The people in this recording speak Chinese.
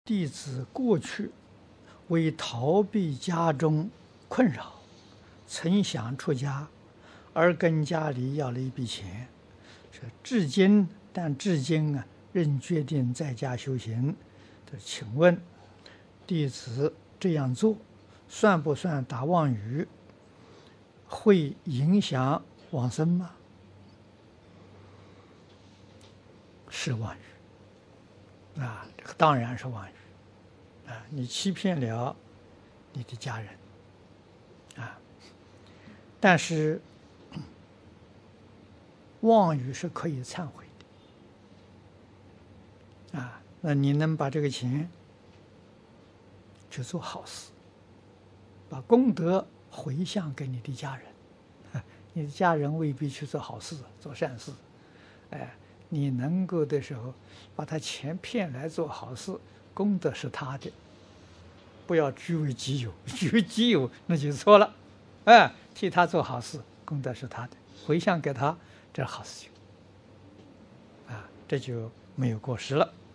弟子过去为逃避家中困扰，曾想出家，而跟家里要了一笔钱，至今仍决定在家修行。请问弟子这样做算不算打妄语？会影响往生吗？是妄语啊，这个当然是妄语啊！你欺骗了你的家人啊，但是妄语是可以忏悔的啊。那你能把这个钱去做好事，把功德回向给你的家人，你的家人未必去做好事、做善事，你能够的时候，把他钱骗来做好事，功德是他的，不要据为己有，据为己有那就错了，替他做好事，功德是他的，回向给他，这是好事情，这就没有过失了。